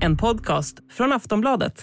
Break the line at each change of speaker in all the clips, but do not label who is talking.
En podcast från Aftonbladet.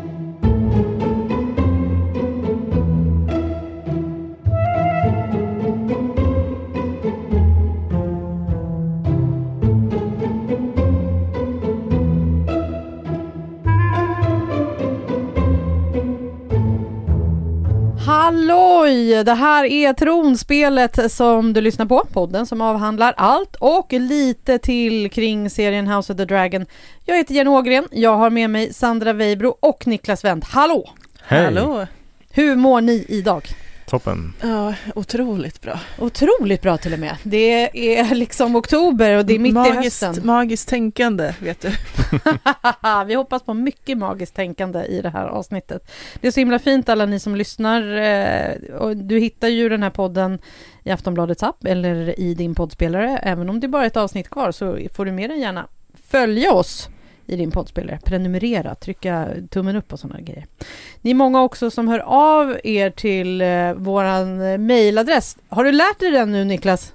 Halloj! Det här är Tronspelet som du lyssnar på, podden som avhandlar allt och lite till kring serien House of the Dragon. Jag heter Jenny Ågren, jag har med mig Sandra Weibro och Niklas Wendt. Hallå!
Hej!
Hallå!
Hur mår ni idag?
Toppen.
Ja, otroligt bra.
Otroligt bra till och med. Det är liksom oktober och det är mitt i hösten.
Magiskt tänkande, vet du.
Vi hoppas på mycket magiskt tänkande i det här avsnittet. Det är så himla fint alla ni som lyssnar. Och du hittar ju den här podden i Aftonbladets app eller i din poddspelare. Även om det bara är ett avsnitt kvar så får du mer än gärna följa oss i din poddspelare. Prenumerera, trycka tummen upp och sådana grejer. Ni är många också som hör av er till våran mejladress. Har du lärt dig den nu, Niklas?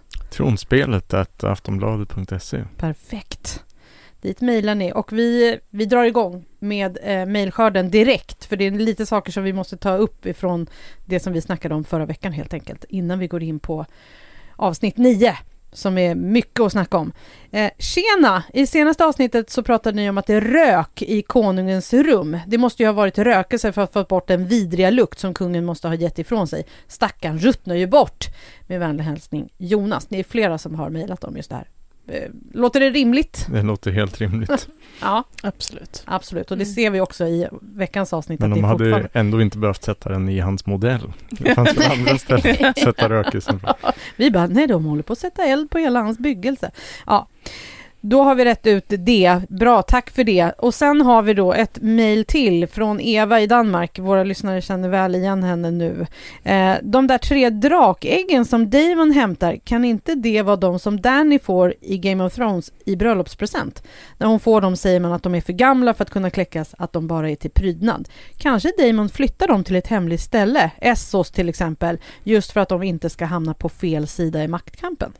Tronspelet@aftonbladet.se.
Perfekt. Dit mejlar ni. Och vi drar igång med mejlskörden direkt. För det är lite saker som vi måste ta upp ifrån det som vi snackade om förra veckan helt enkelt. Innan vi går in på avsnitt 9. Som är mycket att snacka om. Tjena! I senaste avsnittet så pratade ni om att det rök i konungens rum. Det måste ju ha varit rökelse för att få bort den vidriga lukt som kungen måste ha gett ifrån sig. Stackarn ruttnar ju bort. Med vänlig hälsning Jonas. Det är flera som har mejlat om just det här. Låter det rimligt?
Det låter helt rimligt.
Ja,
absolut.
Absolut. Och det ser vi också i veckans avsnitt.
Men
att
de
det
hade
fortfarande...
ändå inte behövt sätta den i hans modell. Det fanns ju andra ställen att sätta rökelsen på.
Vi bara, nej, de håller på att sätta eld på hela hans byggelse. Ja, då har vi rätt ut det. Bra, tack för det. Och sen har vi då ett mejl till från Eva i Danmark. Våra lyssnare känner väl igen henne nu. De där 3 drakäggen som Daemon hämtar, kan inte det vara de som Dany får i Game of Thrones i bröllopspresent? När hon får dem säger man att de är för gamla för att kunna kläckas, att de bara är till prydnad. Kanske Daemon flyttar dem till ett hemligt ställe, Essos till exempel, just för att de inte ska hamna på fel sida i maktkampen.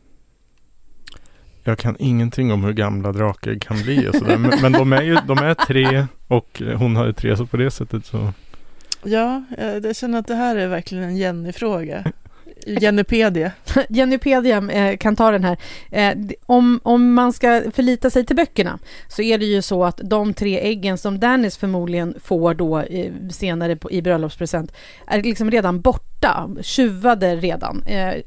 Jag kan ingenting om hur gamla drakar kan bli och sådär. Men de är 3 och hon har 3, så på det sättet så...
Ja, jag känner att det här är verkligen en Jenny-fråga. Jennypedia.
Jennypedia kan ta den här. Om man ska förlita sig till böckerna så är det ju så att de 3 äggen som Daenerys förmodligen får då senare i bröllopspresent är liksom redan borta, tjuvade redan.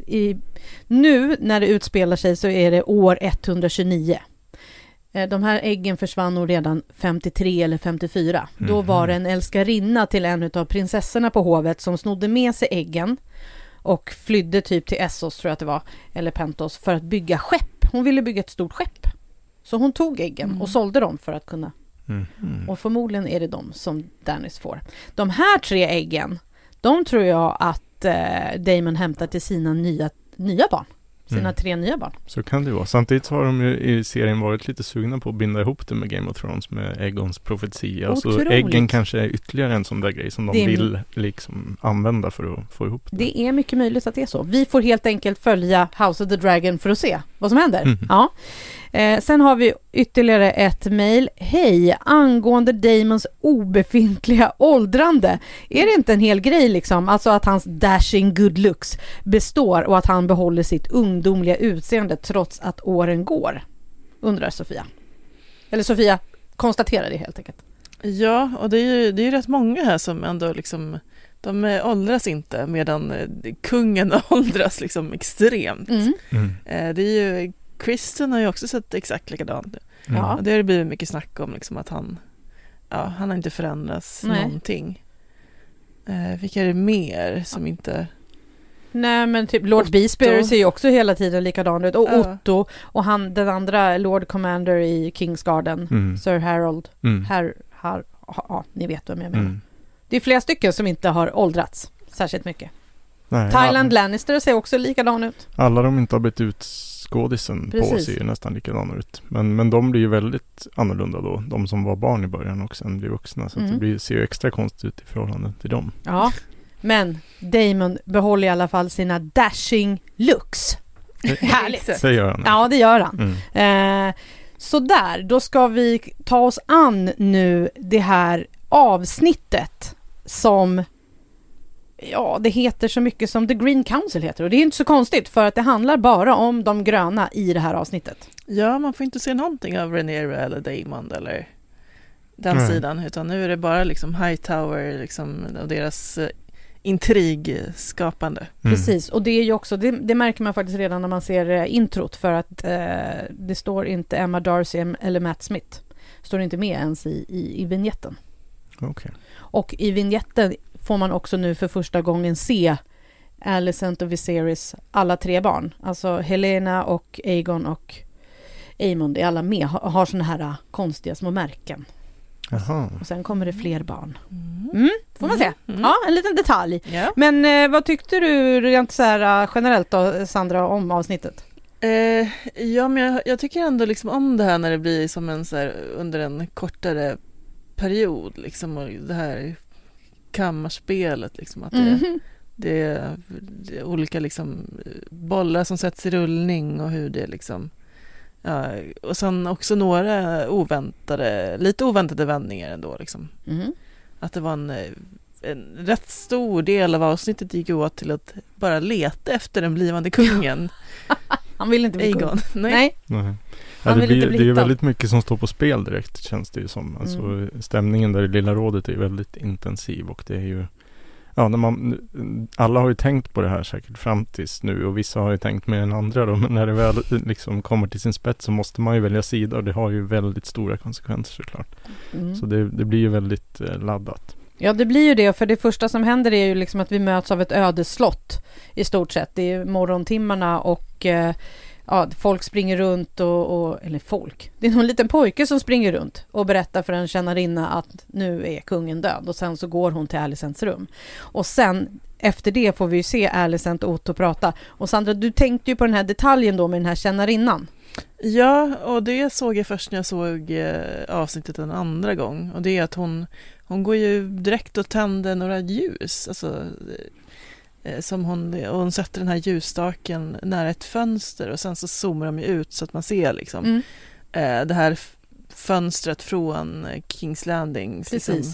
Nu när det utspelar sig så är det år 129. De här äggen försvann nog redan 53 eller 54. Då var det en älskarinna till en av prinsessorna på hovet som snodde med sig äggen och flydde typ till Essos, tror jag att det var, eller Pentos, för att bygga skepp. Hon ville bygga ett stort skepp. Så hon tog äggen och sålde dem för att kunna. Och förmodligen är det de som Daenerys får. De här 3 äggen, de tror jag att Daemon hämtar till sina nya barn. Sina 3 nya barn.
Så kan det vara. Samtidigt har de ju i serien varit lite sugna på att binda ihop det med Game of Thrones, med Aegons profetia. Så äggen kanske är ytterligare en sån där grej som de vill liksom använda för att få ihop det.
Det är mycket möjligt att det är så. Vi får helt enkelt följa House of the Dragon för att se vad som händer. Ja. Sen har vi ytterligare ett mejl. Hej, angående Daemons obefintliga åldrande. Är det inte en hel grej liksom? Alltså att hans dashing good looks består och att han behåller sitt ungdomliga utseende trots att åren går? Undrar Sofia. Eller Sofia konstaterar det helt enkelt.
Ja, och det är ju rätt många här som ändå liksom, de åldras inte medan kungen åldras liksom extremt. Det är ju, Kristen har ju också sett exakt likadant. Ja. Och det har det blivit mycket snack om liksom, att han har inte förändrats någonting. Vilka är det mer som inte...
Nej, men typ Lord Beesbury ser ju också hela tiden likadan ut. Och Otto och den andra Lord Commander i Kingsgarden, Sir Harold. Ni vet vem jag menar. Det är flera stycken som inte har åldrats särskilt mycket. Nej, Tyland Lannister ser också likadan ut.
Alla de inte har bytt ut skådisen på ser ju nästan likadan ut. Men de blir ju väldigt annorlunda då. De som var barn i början och sen blir vuxna. Så att det ser ju extra konstigt ut i förhållande till dem.
Ja, men Daemon behåller i alla fall sina dashing looks. Härligt.
Det gör han.
Ja, det gör han. Så där, då ska vi ta oss an nu det här avsnittet som, ja, det heter så mycket som The Green Council heter. Och det är inte så konstigt, för att det handlar bara om de gröna i det här avsnittet.
Ja, man får inte se någonting av Rhaenyra eller Daemon eller den sidan, utan nu är det bara liksom Hightower liksom, och deras intrigskapande.
Precis, och det är ju också, det märker man faktiskt redan när man ser introt, för att det står inte Emma Darcy eller Matt Smith. Står inte med ens i vignetten.
Okay.
Och i vignetten får man också nu för första gången se Alicent och Viserys alla 3 barn. Alltså Helena och Aegon och Aemond är alla med, har såna här konstiga små märken.
Aha.
Och sen kommer det fler barn. Får man se. Ja, en liten detalj.
Yeah.
Men vad tyckte du rent så här generellt då, Sandra, om avsnittet?
Ja, men jag tycker ändå liksom om det här när det blir som en så här, under en kortare period liksom, och det här kammarspelet liksom, att det är olika liksom bollar som sätts i rullning och hur det liksom, ja, och sen också några lite oväntade vändningar ändå liksom. Att det var en rätt stor del av avsnittet gick åt till att bara leta efter den blivande kungen.
Han vill inte bli
Aegon.
kung. Nej.
Ja, det är ju väldigt mycket som står på spel direkt, känns det ju som. Alltså, stämningen där i Lilla rådet är väldigt intensiv, och det är ju, ja, alla har ju tänkt på det här säkert fram tills nu, och vissa har ju tänkt mer än andra då, men när det väl liksom kommer till sin spets så måste man ju välja sida, och det har ju väldigt stora konsekvenser såklart. Så det blir ju väldigt laddat.
Ja, det blir ju det, för det första som händer är ju liksom att vi möts av ett ödeslott i stort sett. Det är morgontimmarna och ja, folk springer runt eller folk. Det är någon liten pojke som springer runt och berättar för en tjänarinna att nu är kungen död, och sen så går hon till Alicents rum. Och sen efter det får vi ju se Alicent och Otto prata. Och Sandra, du tänkte ju på den här detaljen då med den här tjänarinnan.
Ja, och det såg jag först när jag såg avsnittet en andra gång. Och det är att hon går ju direkt och tänder några ljus. Alltså, som hon sätter den här ljusstaken nära ett fönster, och sen så zoomar de ut så att man ser liksom det här fönstret från King's Landing liksom,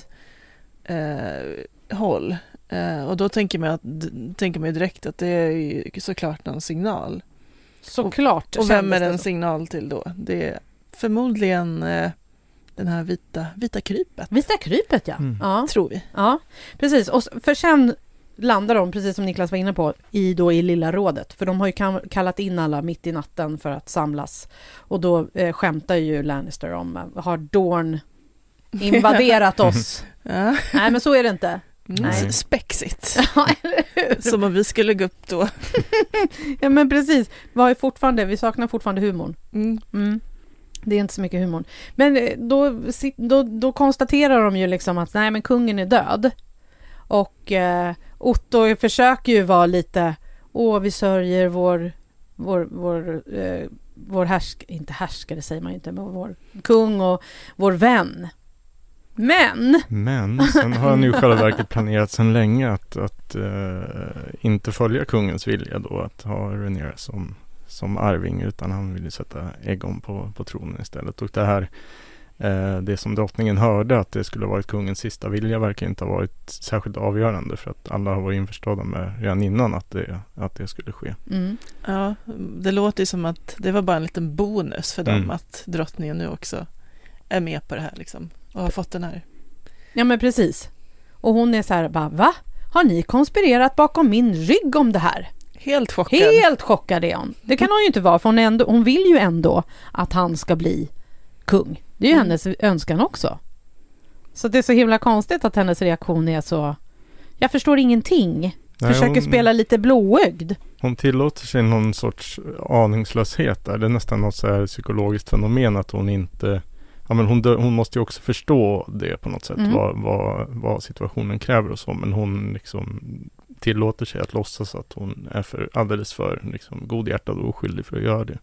håll. Och då tänker man ju direkt att det är ju såklart någon signal.
Såklart.
Och vem är den signal till då? Det är förmodligen den här vita krypet.
Vita krypet, ja. Ja.
Tror vi.
Ja, precis. Och för sen landar de, precis som Niklas var inne på, i Lilla rådet. För de har ju kallat in alla mitt i natten för att samlas. Och då skämtar ju Lannister om, har Dorne invaderat oss?
Ja.
Nej, men så är det inte.
Nej. Spexigt. Som om vi skulle gå upp då.
Ja, men precis. Vi saknar fortfarande humorn. Det är inte så mycket humor. Men då konstaterar de ju liksom att nej, men kungen är död. Och Otto försöker ju vara lite, vi sörjer vår inte härskare säger man inte, men vår kung och vår vän. Men
sen har han ju själva verket planerat sedan länge att inte följa kungens vilja då, att ha Rhaenyra som arving, utan han vill ju sätta Aegon på tronen istället. Och det här, det som drottningen hörde, att det skulle varit kungens sista vilja, verkar inte ha varit särskilt avgörande, för att alla har varit införstådda med redan innan att det skulle ske.
Ja, det låter ju som att det var bara en liten bonus för dem att drottningen nu också är med på det här liksom, och har fått den här. Ja,
men precis. Och hon är så här, bara, va? Har ni konspirerat bakom min rygg om det här?
Helt chockad.
Helt chockad är hon. Det kan hon ju inte vara, för hon vill ju ändå att han ska bli kung. Det är ju hennes önskan också. Så det är så himla konstigt att hennes reaktion är så, jag förstår ingenting. Försöker spela lite blåögd.
Hon tillåter sig någon sorts aningslöshet där. Det är nästan något så här psykologiskt fenomen att hon inte, ja, men hon måste ju också förstå det på något sätt, vad situationen kräver och så, men hon liksom tillåter sig att låtsas att hon är alldeles för liksom godhjärtad och oskyldig för att göra det.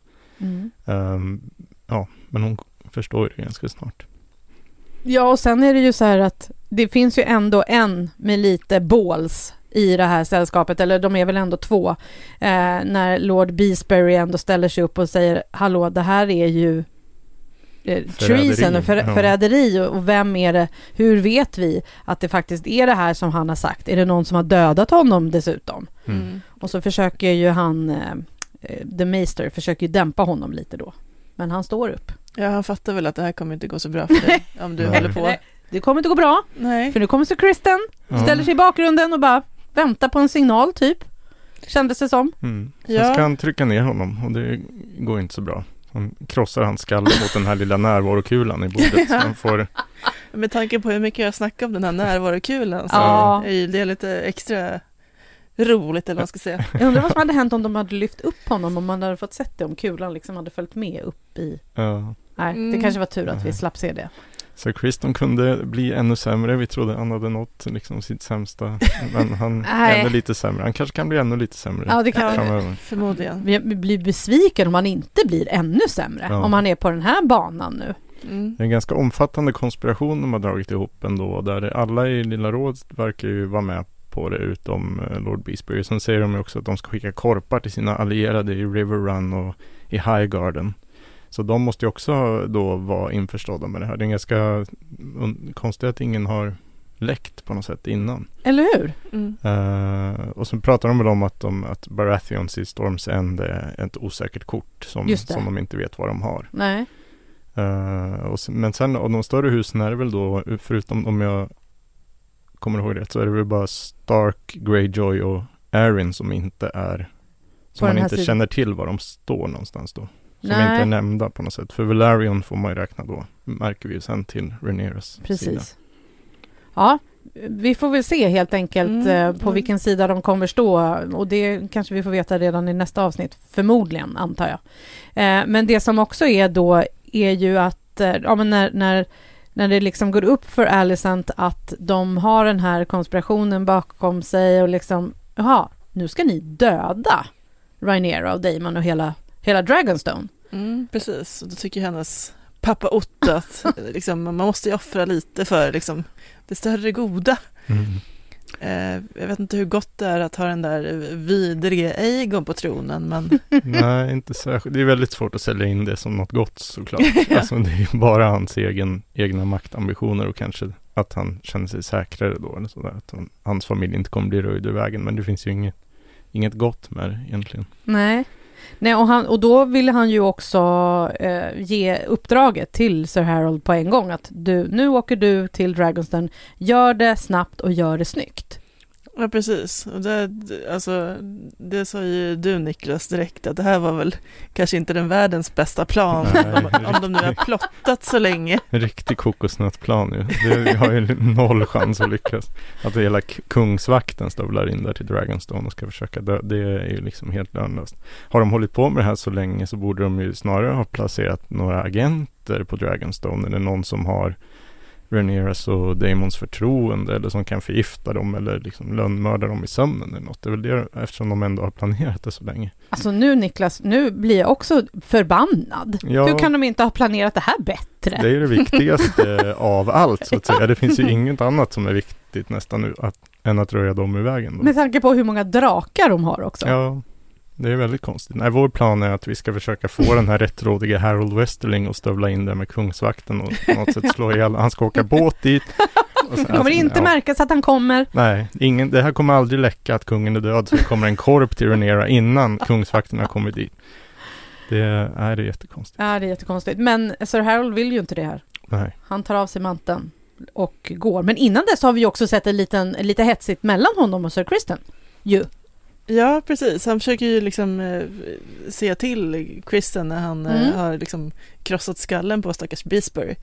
Ja, men hon förstår det ganska snart. Ja,
och sen är det ju så här att det finns ju ändå en med lite balls i det här sällskapet, eller de är väl ändå 2, när Lord Beesbury ändå ställer sig upp och säger, hallå, det här är ju treason och förräderi och vem är det, hur vet vi att det faktiskt är det här som han har sagt? Är det någon som har dödat honom dessutom? Och så försöker ju han The Maester försöker ju dämpa honom lite då. Men han står upp.
Ja, han fattar väl att det här kommer inte gå så bra för dig om du håller på.
Nej, det kommer inte gå bra.
Nej.
För nu kommer så Kristen, ställer sig i bakgrunden och bara väntar på en signal typ. Kändes det som.
Sen ska han trycka ner honom och det går inte så bra. Han krossar hans skalle mot den här lilla närvarokulan i bordet. Så han får...
Med tanke på hur mycket jag snackar om den här närvarokulan så är det lite extra roligt eller vad man ska säga.
Jag undrar vad som hade hänt om de hade lyft upp honom, om man hade fått sett det, om kulan liksom hade följt med upp i... Nej, det kanske var tur att vi slapp se det.
Så Kristen kunde bli ännu sämre. Vi trodde han hade nått liksom sitt sämsta. Men han är ännu lite sämre. Han kanske kan bli ännu lite sämre.
Ja, det kan
förmodligen.
Vi blir besviken om han inte blir ännu sämre. Om han är på den här banan nu.
Det är en ganska omfattande konspiration de har dragit ihop ändå. Där alla i Lilla rådet verkar ju vara med på det utom Lord Beesbury. Sen säger de också att de ska skicka korpar till sina allierade i River Run och i Highgarden. Så de måste ju också då vara införstådda med det här. Det är ganska konstigt att ingen har läckt på något sätt innan.
Eller hur?
Och så pratar de väl om att Baratheons i Storm's End är ett osäkert kort som de inte vet vad de har.
Nej.
Men sen av de större husen är det väl då, förutom om jag kommer ihåg rätt, så är det väl bara Stark, Greyjoy och Arryn som inte är, som man inte känner till var de står någonstans då. Som inte är nämnda på något sätt. För Velaryon får man ju räkna då. Märker vi ju sen till Rhaenyras sida.
Ja, vi får väl se helt enkelt på vilken sida de kommer stå. Och det kanske vi får veta redan i nästa avsnitt. Förmodligen, antar jag. Men det som också är då är ju att när det liksom går upp för Alicent att de har den här konspirationen bakom sig och liksom, nu ska ni döda Rhaenyra och Daemon och hela Dragonstone.
Precis, och då tycker hennes pappa Otto att liksom, man måste ju offra lite för liksom, det större goda. Jag vet inte hur gott det är att ha den där vidriga Aegon på tronen, men...
Nej, inte särskilt. Det är väldigt svårt att sälja in det som något gott såklart. Alltså, det är ju bara hans egna maktambitioner och kanske att han känner sig säkrare då eller sådär. Att hans familj inte kommer bli röjd ur vägen, men det finns ju inget gott med det egentligen.
Nej, och då ville han ju också ge uppdraget till Sir Harold på en gång att nu åker du till Dragonstone, gör det snabbt och gör det snyggt.
Ja, precis. Och det sa ju du, Niklas, direkt att det här var väl kanske inte den världens bästa plan. Nej, om de nu har plottat så länge.
En riktig kokosnötplan ju. Det har ju noll chans att lyckas. Att hela kungsvakten stövlar in där till Dragonstone och ska försöka det är ju liksom helt lönlöst. Har de hållit på med det här så länge så borde de ju snarare ha placerat några agenter på Dragonstone eller någon som har Rhaenyras och Daemons förtroende eller som kan förgifta dem eller liksom lönnmörda dem i sömnen eller något. Det är väl det, eftersom de ändå har planerat det så länge.
Alltså nu, Niklas, nu blir jag också förbannad. Ja, hur kan de inte ha planerat det här bättre?
Det är det viktigaste av allt så att säga. Det finns ju inget annat som är viktigt nästan nu än att röja dem ur vägen. Då.
Med tanke på hur många drakar de har också.
Ja, det är väldigt konstigt. Nej, vår plan är att vi ska försöka få den här rättrådiga Harold Westerling och stövla in där med kungsvakten och på något sätt slå ihjäl. Han ska åka båt dit. Och sen,
det kommer inte märkas att han kommer.
Nej, det här kommer aldrig läcka att kungen är död, så det kommer en korp till Rhaenyra innan kungsvakten har kommit dit. Det är jättekonstigt.
Ja, det är jättekonstigt. Men Sir Harold vill ju inte det här.
Nej.
Han tar av sig manteln och går. Men innan dess har vi också sett lite hetsigt mellan honom och Sir Kristen.
Ja, precis. Han försöker ju liksom se till Kristen när han har liksom krossat skallen på stackars Beesbury.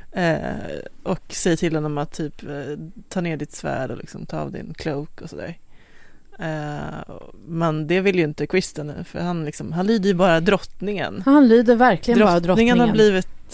Och säger till honom att typ ta ner ditt svärd och liksom ta av din cloak och sådär. Men det vill ju inte Kristen nu, för han lyder ju bara drottningen.
Han lyder verkligen bara drottningen.
Har blivit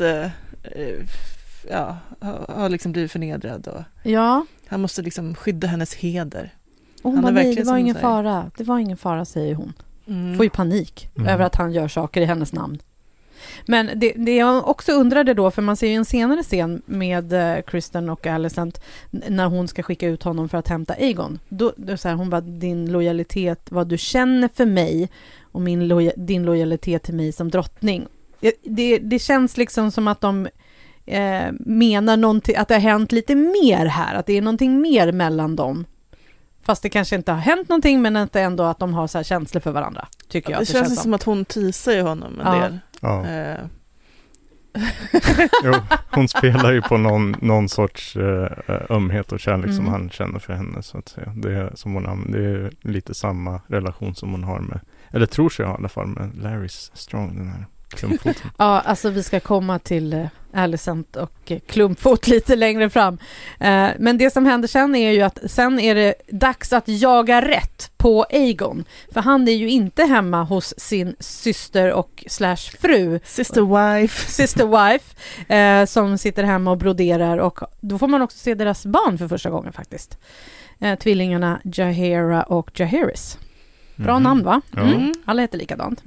har liksom blivit förnedrad och han måste liksom skydda hennes heder.
Det var ingen fara. Det var ingen fara, säger hon. Får ju panik över att han gör saker i hennes namn. Men det jag också undrade då, för man ser ju en senare scen med Kristen och Alicent när hon ska skicka ut honom för att hämta Aegon. Då så här, hon bara, din lojalitet, vad du känner för mig och din lojalitet till mig som drottning. det känns liksom som att de menar någonting, att det har hänt lite mer här, att det är någonting mer mellan dem. Fast det kanske inte har hänt någonting, men inte ändå att de har så här känslor för varandra, tycker jag.
Det känns som att hon teasar ju honom en del.
Ja. Jo, hon spelar ju på någon sorts ömhet och kärlek som han känner för henne, så att säga. Det är lite samma relation som hon har med, eller tror sig ha i alla fall, med Larrys Strong, den här klumpfoten.
Ja, alltså vi ska komma till Alicent och klumpfot lite längre fram. Men det som händer sen är ju att sen är det dags att jaga rätt på Aegon. För han är ju inte hemma hos sin syster och /fru. Sister wife. Som sitter hemma och broderar. Och då får man också se deras barn för första gången faktiskt. Tvillingarna Jaehaera och Jaehaerys. Bra namn, va? Alla heter likadant.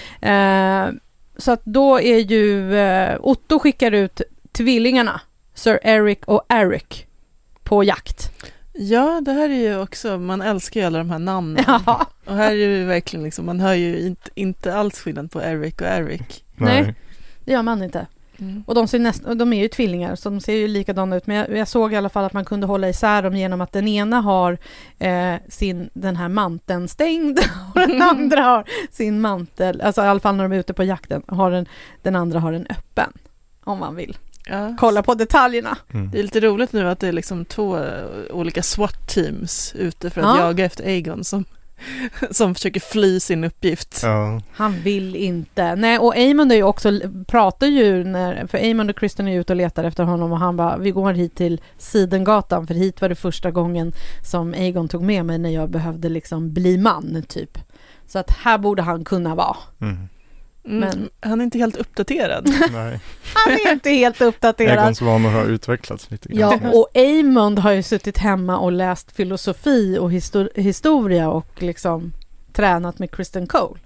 Så att då är ju Otto skickar ut tvillingarna Sir Eric och Eric på jakt.
Ja, det här är ju också, man älskar ju alla de här namnen.
Ja.
Och här är ju verkligen liksom, man hör ju inte alls skillnad på Eric och Eric.
Nej, det gör man inte. Och de är ju tvillingar, så de ser ju likadana ut. Men jag såg i alla fall att man kunde hålla isär dem genom att den ena har den här manteln stängd och den andra har sin mantel, alltså i alla fall när de är ute på jakten, den andra har den öppen, om man vill. Ja. Kolla på detaljerna.
Det är lite roligt nu att det är liksom 2 olika SWAT-teams ute för att jaga efter Aegon som försöker fly sin uppgift.
Ja.
Han vill inte. Nej, och Aemond är ju också, pratar ju för Aemond och Kristen är ute och letar efter honom och han bara, vi går hit till Sidengatan, för hit var det första gången som Aegon tog med mig när jag behövde liksom bli man, typ. Så att här borde han kunna vara. Men
han är inte helt uppdaterad.
Nej.
Han är inte helt uppdaterad.
Aegons vanor har utvecklats lite grann.
Ja, och Aemond har ju suttit hemma och läst filosofi och historia och liksom tränat med Kristen Cole.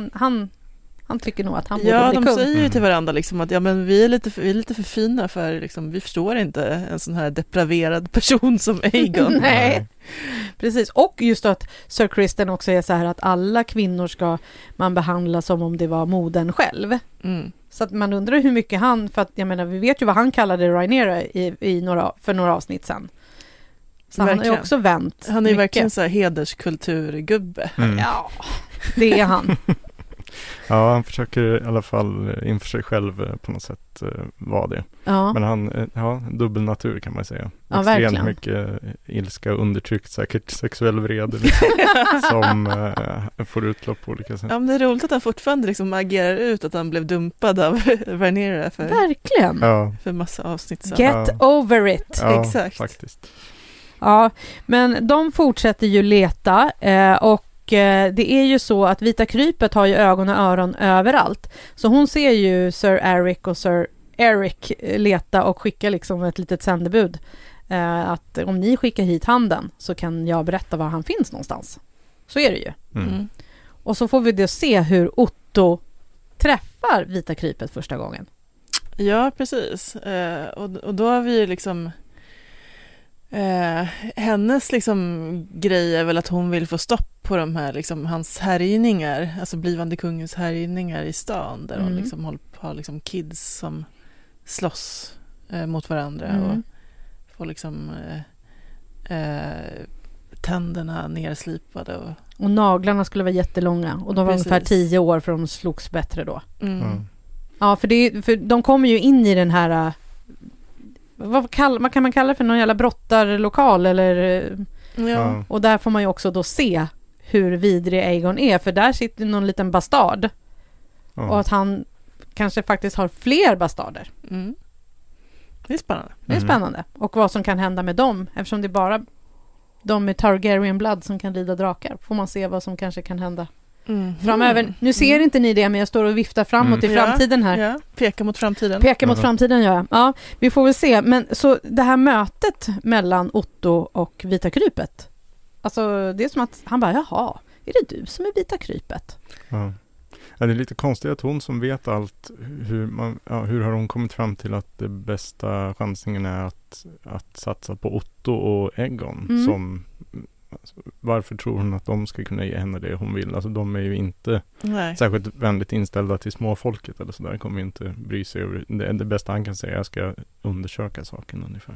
Han tycker nog att han borde bli kung.
Ja, de säger ju till varandra liksom att vi är lite för fina för liksom, vi förstår inte en sån här depraverad person som Aegon.
Nej. Precis, och just att Sir Kristen också är så här att alla kvinnor ska man behandla som om det var modern själv. Så att man undrar hur mycket för att jag menar, vi vet ju vad han kallade Rhaenyra för några avsnitt sedan. Så verkligen. Han har ju också vänt.
Han är ju verkligen så här hederskulturgubbe.
Ja, det är han.
Ja, han försöker i alla fall inför sig själv på något sätt vara det.
Ja.
Men han, dubbel natur kan man säga.
Ja,
extremt
verkligen.
mycket ilska, undertryckt, säkert sexuell vrede liksom, som får utlopp på olika sätt.
Ja, men det är roligt att han fortfarande liksom agerar ut att han blev dumpad av Rhaenyra för massa avsnitt sedan.
Get over it.
Ja,
exakt.
Faktiskt.
Ja, men de fortsätter ju leta och det är ju så att Vita krypet har ju ögon och öron överallt. Så hon ser ju Sir Eric och Sir Eric leta och skicka liksom ett litet sändebud. Att om ni skickar hit handen så kan jag berätta var han finns någonstans. Så är det ju. Och så får vi då se hur Otto träffar Vita krypet första gången.
Ja, precis. Och då har vi ju liksom... hennes liksom grej är väl att hon vill få stopp på de här liksom, hans härjningar, alltså blivande kungens härjningar i stan där hon liksom har liksom kids som slåss mot varandra och får liksom tänderna nerslipade och
naglarna skulle vara jättelånga och de var ungefär 10 år för de slogs bättre då. Ja, för de kommer ju in i den här vad kan man kalla det för, någon jävla brottarlokal eller och där får man ju också då se hur vidrig Aegon är, för där sitter någon liten bastard och att han kanske faktiskt har fler bastarder.
Det är spännande.
Det är spännande. Och vad som kan hända med dem, eftersom det är bara de med Targaryen blood som kan rida drakar, får man se vad som kanske kan hända framöver. Nu ser inte ni det, men jag står och viftar framåt i framtiden här.
Ja. Pekar mot framtiden.
Mot framtiden, ja. Vi får väl se. Men så det här mötet mellan Otto och Vita krypet. Alltså det är som att han bara, jaha, är det du som är Vita krypet?
Ja. Ja, det är lite konstigt att hon som vet allt, hur har hon kommit fram till att det bästa chansningen är att satsa på Otto och Aegon som varför tror hon att de ska kunna ge henne det hon vill? Alltså de är ju inte särskilt vänligt inställda till småfolket eller sådär. Kommer ju inte bry sig över det bästa han kan säga. Jag ska undersöka saken ungefär.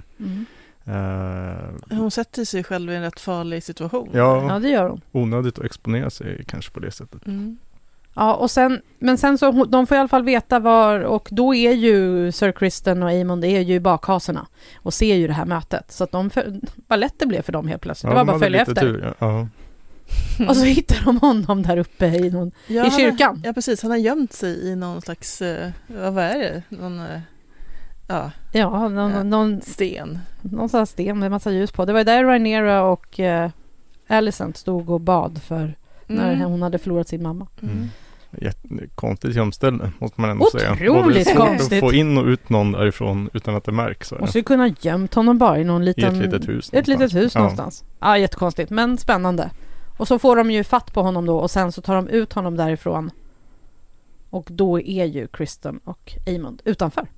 Hon sätter sig själv i en rätt farlig situation.
Ja, det gör hon.
Onödigt att exponera sig kanske på det sättet.
Ja, och sen så de får i alla fall veta var, och då är ju Sir Criston och Aemond är ju i bakhaserna och ser ju det här mötet. Så att vad lätt det blev för dem helt plötsligt. Det var bara att följa efter.
Tur, ja.
Och så hittar de honom där uppe i kyrkan.
Ja, precis. Han har gömt sig i någon slags, vad är det? Någon sten. Någon
sån sten med massa ljus på. Det var där Rhaenyra och Alicent stod och bad för när hon hade förlorat sin mamma.
Konstigt gömställe måste man ändå säga.
Otroligt konstigt.
Att få in och ut någon därifrån utan att det märks.
Och så kunna gömt honom bara i någon liten...
I ett litet hus.
Ett litet hus någonstans. Ja, jättekonstigt. Men spännande. Och så får de ju fatt på honom då och sen så tar de ut honom därifrån. Och då är ju Criston och Aemond utanför.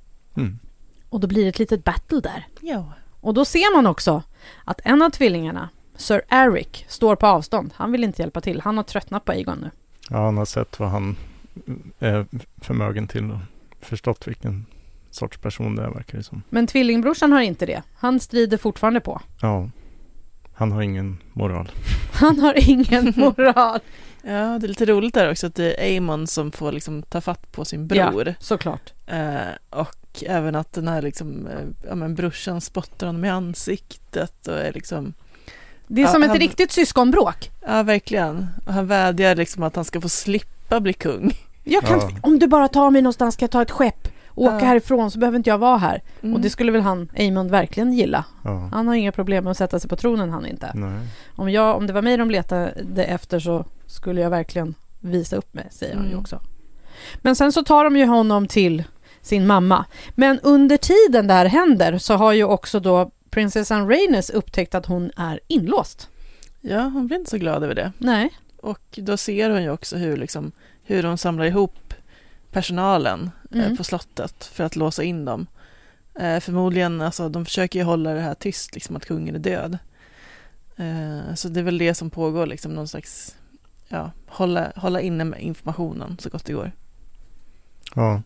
Och då blir det ett litet battle där.
Ja.
Och då ser man också att en av tvillingarna, Sir Eric, står på avstånd. Han vill inte hjälpa till. Han har tröttnat på Aegon nu.
Ja, han har sett vad han är förmögen till och förstått vilken sorts person det är, verkar det som.
Men tvillingbrorsan har inte det. Han strider fortfarande på.
Ja, han har ingen moral.
Han har ingen moral.
Ja, det är lite roligt där också att det är Aemon som får liksom ta fatt på sin bror.
Ja, såklart.
Och även att den här liksom, brorsan spottar honom i ansiktet och är liksom...
Det är som ett riktigt syskonbråk.
Ja, verkligen. Och han vädjar liksom att han ska få slippa bli kung.
Om du bara tar mig någonstans, ska jag ta ett skepp och åka härifrån så behöver inte jag vara här. Och det skulle väl Aemond verkligen gilla. Han har inga problem med att sätta sig på tronen, han inte.
Nej.
Om det var mig de letade efter så skulle jag verkligen visa upp mig, säger han ju också. Men sen så tar de ju honom till sin mamma. Men under tiden det här händer så har ju också då prinsessan Rhaenys upptäckt att hon är inlåst.
Ja, hon blir inte så glad över det.
Nej.
Och då ser hon ju också hur de samlar ihop personalen på slottet för att låsa in dem. Förmodligen, alltså, de försöker ju hålla det här tyst, liksom att kungen är död. Så det är väl det som pågår, liksom någon slags hålla inne med informationen så gott det går.
Ja,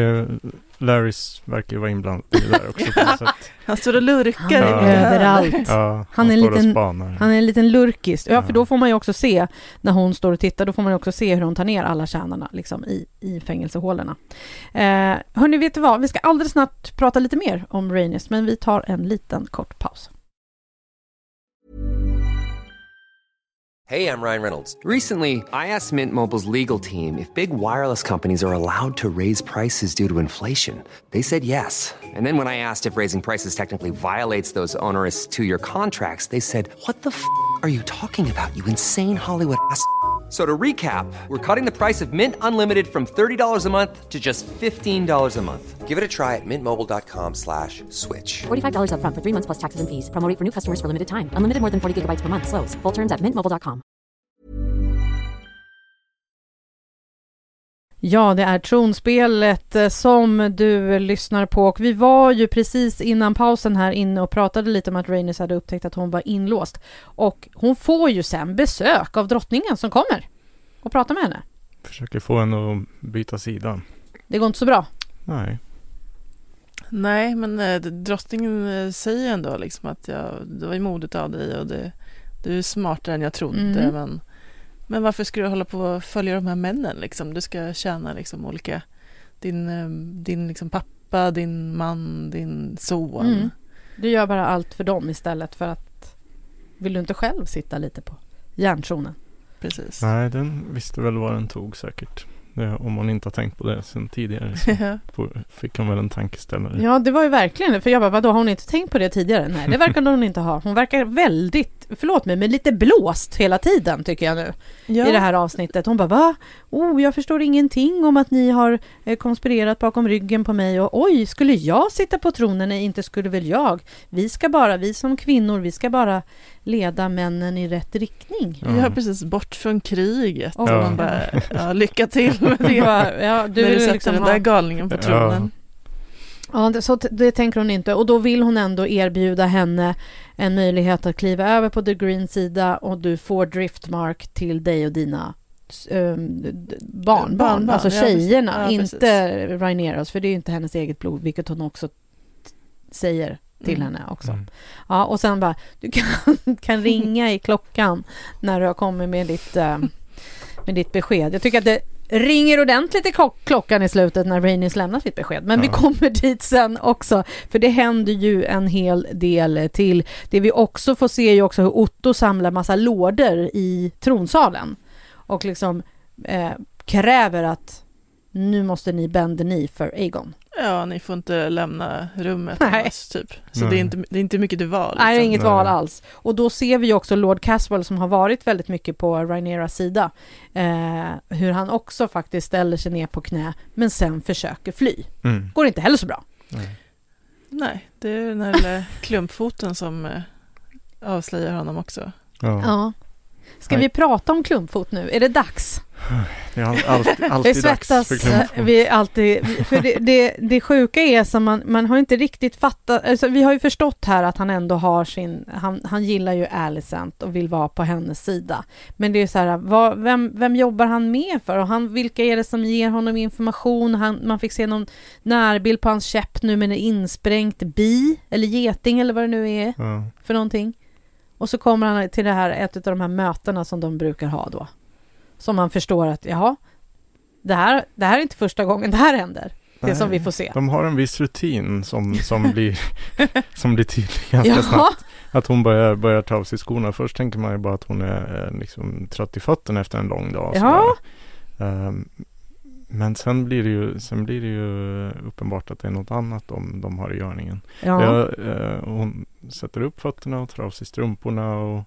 Larrys verkar ju vara inblandad i det där också på något sätt.
Han står och lurkar
överallt.
Ja,
han är en liten lurkis. Ja, för då får man ju också se, när hon står och tittar, då får man ju också se hur hon tar ner alla tjänarna liksom, i fängelsehålorna. Hörni, vet du vad? Vi ska alldeles snart prata lite mer om Rhaenys, men vi tar en liten kort paus.
Hey, I'm Ryan Reynolds. Recently, I asked Mint Mobile's legal team if big wireless companies are allowed to raise prices due to inflation. They said yes. And then when I asked if raising prices technically violates those onerous 2-year contracts, they said, "What the f*** are you talking about, you insane Hollywood ass?" So to recap, we're cutting the price of Mint Unlimited from $30 a month to just $15 a month. Give it a try at mintmobile.com/switch.
$45 up front for 3 months plus taxes and fees. Promo rate for new customers for limited time. Unlimited more than 40 gigabytes per month. Slows full terms at mintmobile.com.
Ja, det är Tronspelet som du lyssnar på, och vi var ju precis innan pausen här inne och pratade lite om att Rhaenys hade upptäckt att hon var inlåst, och hon får ju sen besök av drottningen som kommer och pratar med henne.
Försöker få henne att byta sida. Det
går inte så bra.
Nej, men drottningen säger ändå liksom att det var modigt av dig och du är smartare än jag trodde, men varför ska du hålla på och följa de här männen liksom? Du ska tjäna liksom olika din liksom pappa, din man, din son.
Du gör bara allt för dem istället för att vill du inte själv sitta lite på järntronen?
Precis.
Nej, den visste väl vad den tog säkert. Om hon inte har tänkt på det sen tidigare så fick hon väl en tankeställare.
Ja, det var ju verkligen det. För jag bara, vadå, har hon inte tänkt på det tidigare? Nej, det verkar hon inte ha. Hon verkar väldigt, förlåt mig, men lite blåst hela tiden tycker jag nu i det här avsnittet. Hon bara, va? Jag förstår ingenting om att ni har konspirerat bakom ryggen på mig. Och oj, skulle jag sitta på tronen? Nej, inte skulle väl jag. Vi som kvinnor, vi ska bara leda männen i rätt riktning.
Vi har precis bort från kriget. Och man bara, lycka till med det.
Du
när du sätter den där galningen på tronen.
Ja, det tänker hon inte. Och då vill hon ändå erbjuda henne en möjlighet att kliva över på The Green sida och du får Driftmark till dig och dina barnbarn. Alltså tjejerna, inte Rhaenyras, för det är ju inte hennes eget blod, vilket hon också säger till henne också. Ja, och sen bara, du kan ringa i klockan när du har kommit med ditt besked. Jag tycker att det ringer ordentligt i klockan i slutet när Rhaenys lämnar sitt besked. Men vi kommer dit sen också. För det händer ju en hel del till. Det vi också får se är ju också hur Otto samlar massa lorder i tronsalen. Och liksom kräver att nu måste ni bända ni för Aegon.
Ja, ni får inte lämna rummet annars, typ. Så det är inte mycket till val. Liksom.
Nej, det är inget val alls. Och då ser vi ju också Lord Caswell som har varit väldigt mycket på Rhaenyras sida. Hur han också faktiskt ställer sig ner på knä men sen försöker fly. Går inte heller så bra.
Nej, det är den här klumpfoten som avslöjar honom också.
Ja. Ska vi prata om klumpfot nu? Är det dags?
Det är alltid dags för klumpfot.
Vi alltid, för det sjuka är som man har inte riktigt fattat. Alltså, vi har ju förstått här att han ändå har han gillar ju Alicent och vill vara på hennes sida. Men det är så här, vem jobbar han med för? Och vilka är det som ger honom information? Man fick se någon närbild på hans käpp nu med en insprängt bi eller geting eller vad det nu är för någonting. Och så kommer han till ett av de här mötena som de brukar ha då. Som man förstår att, det här är inte första gången det här händer. Det som vi får se.
De har en viss rutin som blir tydlig ganska snabbt. Att hon börjar ta av sig skorna. Först tänker man ju bara att hon är liksom trött i fötterna efter en lång dag.
Ja.
Men sen blir det ju uppenbart att det är något annat de har i görningen. Ja. Hon sätter upp fötterna och tar av sig strumporna och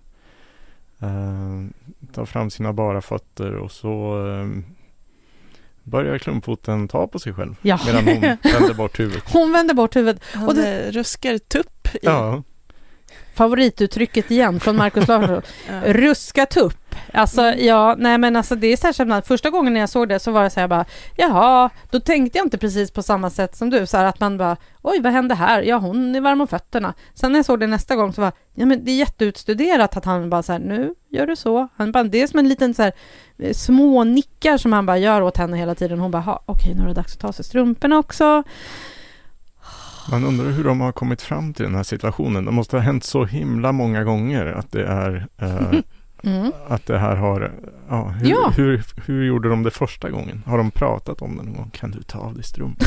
tar fram sina bara fötter och så börjar klumpfoten ta på sig själv. Ja. Medan hon vänder bort huvudet.
Hon vänder bort huvudet.
Och det ruskar tupp i.
Ja.
Favorituttrycket igen från Marcus Larsson. Ruska tupp. Alltså, det är särskilt att första gången när jag såg det så var det så här bara, jaha, då tänkte jag inte precis på samma sätt som du. Så här att man bara, oj, vad hände här? Ja, hon är varm om fötterna. Sen när jag såg det nästa gång så var det är jätteutstuderat att han bara så här, nu gör du så. Han bara, det är som en liten så här små nickar som han bara gör åt henne hela tiden. Hon bara, okej, nu är det dags att ta sig strumporna också.
Man undrar hur de har kommit fram till den här situationen. Det måste ha hänt så himla många gånger att det är att det här har hur gjorde de det första gången? Har de pratat om det någon gång? Kan du ta av dig strumpan?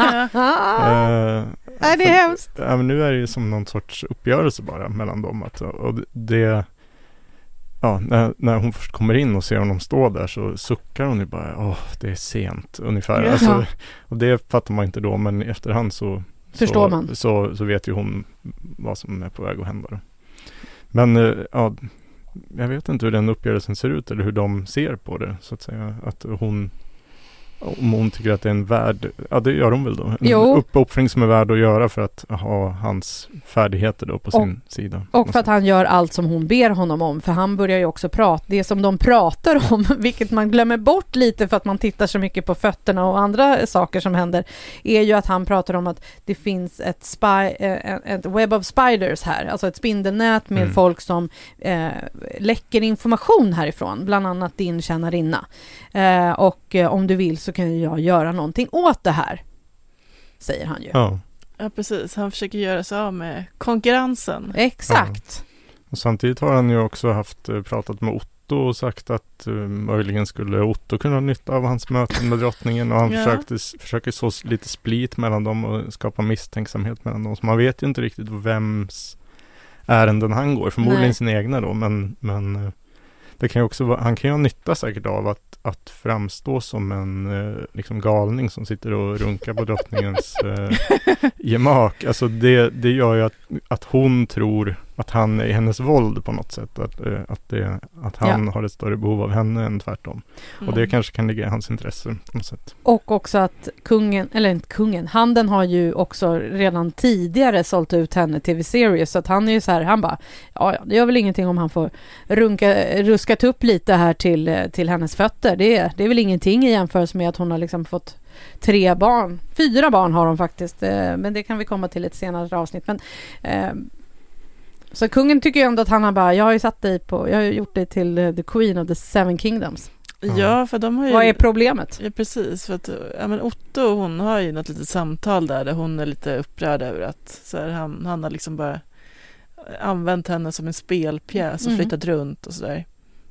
Det är hemskt.
Men nu är det ju som någon sorts uppgörelse bara mellan dem. Och det när hon först kommer in och ser honom stå där så suckar hon ju bara, det är sent ungefär.
Ja.
Alltså, och det fattar man inte då, men i efterhand
förstår man.
Så vet ju hon vad som är på väg att hända. Men jag vet inte hur den uppgörelsen ser ut eller hur de ser på det, så att säga. Att om hon tycker att det är en värd, det gör hon väl då. En uppoffring som är värd att göra för att ha hans färdigheter då på sin sida.
Och för att han gör allt som hon ber honom om. För han börjar ju också prata, det som de pratar om, vilket man glömmer bort lite för att man tittar så mycket på fötterna och andra saker som händer, är ju att han pratar om att det finns ett web of spiders här. Alltså ett spindelnät med folk som läcker information härifrån. Bland annat din tjänarinna. Och om du vill så kan jag göra någonting åt det här, säger han ju.
Ja,
precis. Han försöker göra sig av med konkurrensen.
Exakt.
Ja. Och samtidigt har han ju också pratat med Otto och sagt att möjligen skulle Otto kunna ha nytta av hans möten med drottningen, och han försöker så lite split mellan dem och skapa misstänksamhet mellan dem. Så man vet ju inte riktigt vems ärenden han går. Förmodligen sin egna då, men det kan ju också han kan ju ha nytta säkert av att framstå som en liksom galning som sitter och runkar på drottningens gemak. Alltså det gör ju att hon tror att han är hennes våld på något sätt. Att han har ett större behov av henne än tvärtom. Och det kanske kan ligga i hans intresse på något sätt.
Och också att Handen har ju också redan tidigare sålt ut henne till Viserys, så att han är ju så här, han bara, det gör väl ingenting om han får ruskat upp lite här till hennes fötter. Det är väl ingenting i jämförelse med att hon har liksom fått 4 barn har de faktiskt, men det kan vi komma till ett senare avsnitt. Men så kungen tycker ju ändå att han har bara, jag har gjort dig till the queen of the 7 kingdoms.
Ja, för de har ju...
Vad är problemet?
Ja, precis. För att Otto, hon har ju något litet samtal där hon är lite upprörd över att så här, han har liksom bara använt henne som en spelpjäs och flyttat runt och sådär.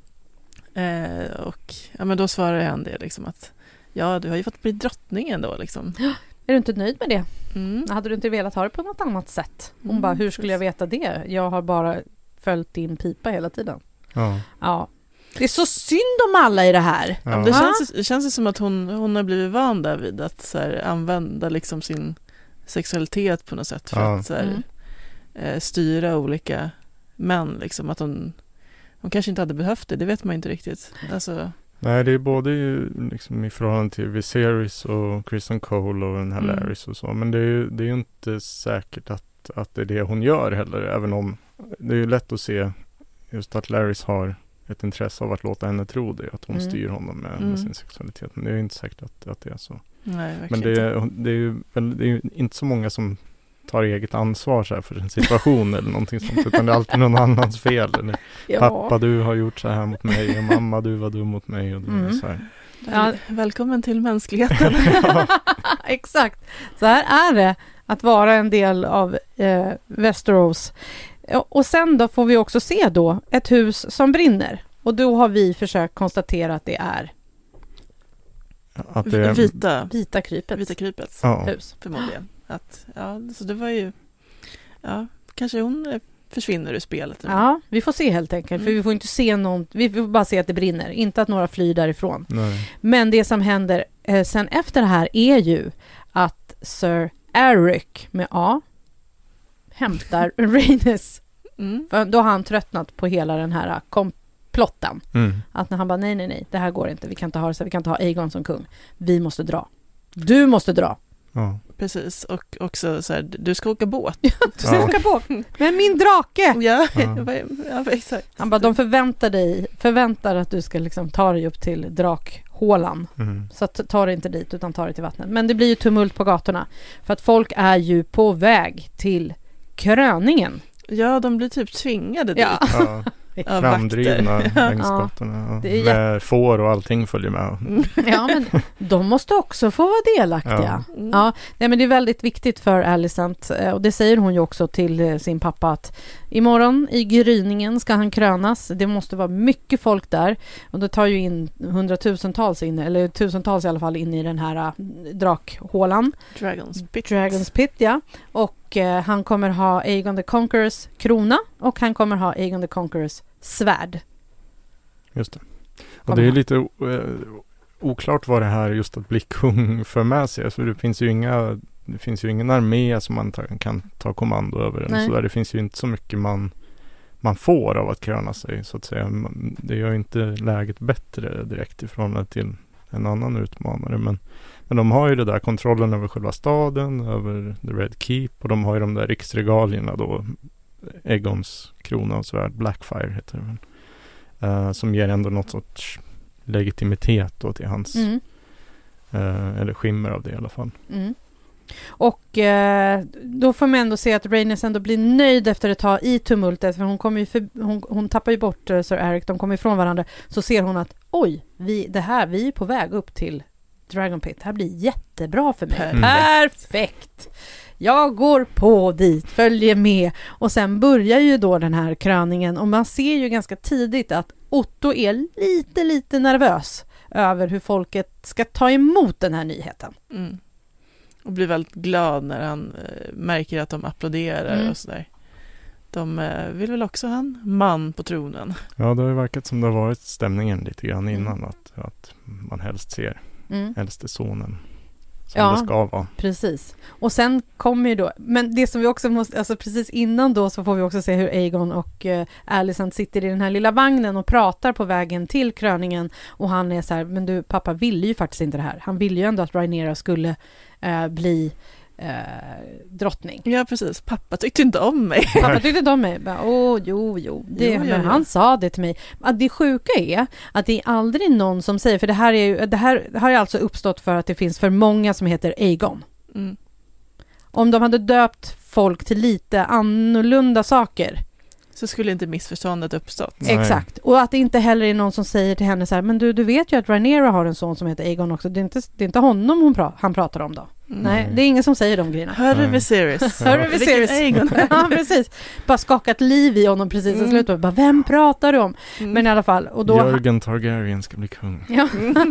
Och men då svarar han det liksom att ja, du har ju fått bli drottningen då liksom.
Är du inte nöjd med det? Hade du inte velat ha det på något annat sätt? Hon bara, hur skulle jag veta det? Jag har bara följt din pipa hela tiden. Ja. Det är så synd om alla i det här.
Ja. Det känns som att hon har blivit van där vid att så här, använda liksom sin sexualitet på något sätt för att så här, styra olika män. Liksom. Att hon kanske inte hade behövt det vet man inte riktigt. Alltså...
Nej, det är både liksom i förhållande till Viserys och Kristen Cole och den här Larys och så. Men det är ju inte säkert att det är det hon gör heller. Även om det är ju lätt att se just att Larys har ett intresse av att låta henne tro det. Att hon styr honom med sin sexualitet. Men det är ju inte säkert att det är så.
Nej,
men det är ju inte så många som tar eget ansvar så här för en situation eller någonting sånt. Utan det är alltid någon annans fel. Eller, pappa, du har gjort så här mot mig. Och mamma, du var dum mot mig. Och det så här.
Ja.
Välkommen till mänskligheten.
Exakt. Så här är det att vara en del av Westeros. Och sen då får vi också se då ett hus som brinner. Och då har vi försökt konstatera att det är Vita krypets hus.
Förmodligen. Så det var ju kanske hon försvinner ur spelet.
Ja, vi får se helt enkelt. För vi får inte se någon, vi får bara se att det brinner. Inte att några flyr därifrån. Nej. Men det som händer sen efter det här är ju att Sir Eric med A hämtar Rhaenys. För då har han tröttnat på hela den här komplotten. Att när han bara nej, det här går inte. Vi kan inte ha det så, vi kan inte ha Aegon som kung. Vi måste dra. Du måste dra.
Ja.
Precis, och också så här, du ska åka båt.
Du ska åka båt. Men min drake!
Ja, exakt.
Han bara, de förväntar att du ska liksom ta dig upp till drakhålan. Så att, ta dig inte dit utan ta dig till vattnet. Men det blir ju tumult på gatorna. För att folk är ju på väg till kröningen.
Ja, de blir typ tvingade dit.
Framdrivna längs gatorna. Med får och allting följer med.
Ja, men de måste också få vara delaktiga. Nej, men det är väldigt viktigt för Alicent. Och det säger hon ju också till sin pappa att imorgon i gryningen ska han krönas. Det måste vara mycket folk där. Och det tar ju in hundratusentals eller tusentals i alla fall in i den här drakhålan. Dragon's Pit, ja. Och han kommer ha Aegon the Conquerors krona och han kommer ha Aegon the Conquerors svärd.
Just det. Och det är lite oklart vad det här just att bli kung för med sig. Så det finns ju ingen armé som man kan ta kommando över den. Så där, det finns ju inte så mycket man får av att kröna sig så att säga. Det gör ju inte läget bättre direkt ifrån till en annan utmanare, men de har ju det där kontrollen över själva staden, över The Red Keep, och de har ju de där riksregalierna då, Aegons krona och svärd, Blackfire heter det väl, som ger ändå något sorts legitimitet då till hans eller skimmer av det i alla fall.
Och då får man ändå se att Rhaenys ändå blir nöjd efter ett tag i tumultet, för hon kommer ju hon tappar ju bort Sir Eric, de kommer ifrån varandra, så ser hon att oj, vi är på väg upp till Dragon Pit. Det här blir jättebra för mig. Perfekt! Jag går på dit, följer med. Och sen börjar ju då den här kröningen. Och man ser ju ganska tidigt att Otto är lite nervös över hur folket ska ta emot den här nyheten.
Och blir väldigt glad när han märker att de applåderar och sådär. De vill väl också ha en man på tronen.
Ja, det har ju verkat som det har varit stämningen lite grann innan att man helst ser äldste sonen som det ska vara.
Precis. Och sen kommer ju då, men det som vi också måste, alltså precis innan då så får vi också se hur Aegon och Alicent sitter i den här lilla vagnen och pratar på vägen till kröningen, och han är så här, men du pappa ville ju faktiskt inte det här. Han ville ju ändå att Rhaenyra skulle bli drottning.
Ja, precis. Pappa tyckte inte om mig.
Pappa tyckte inte om mig. Men han sa det till mig. Att det sjuka är att det är aldrig någon som säger, för det här har ju alltså uppstått för att det finns för många som heter Aegon.
Mm.
Om de hade döpt folk till lite annorlunda saker
så skulle inte missförståndet uppstått.
Nej. Exakt. Och att det inte heller är någon som säger till henne så här, men du vet ju att Rhaenyra har en son som heter Aegon också. Det är inte honom han pratar om då. Nej, det är ingen som säger de grejerna.
Hörru Viserys.
Hörru Viserys. Ja, precis. Bara skakat liv i honom precis i slutet. Bara, vem pratar du om? Men i alla fall. Och då,
Jörgen Targaryen ska bli kung.
Ja.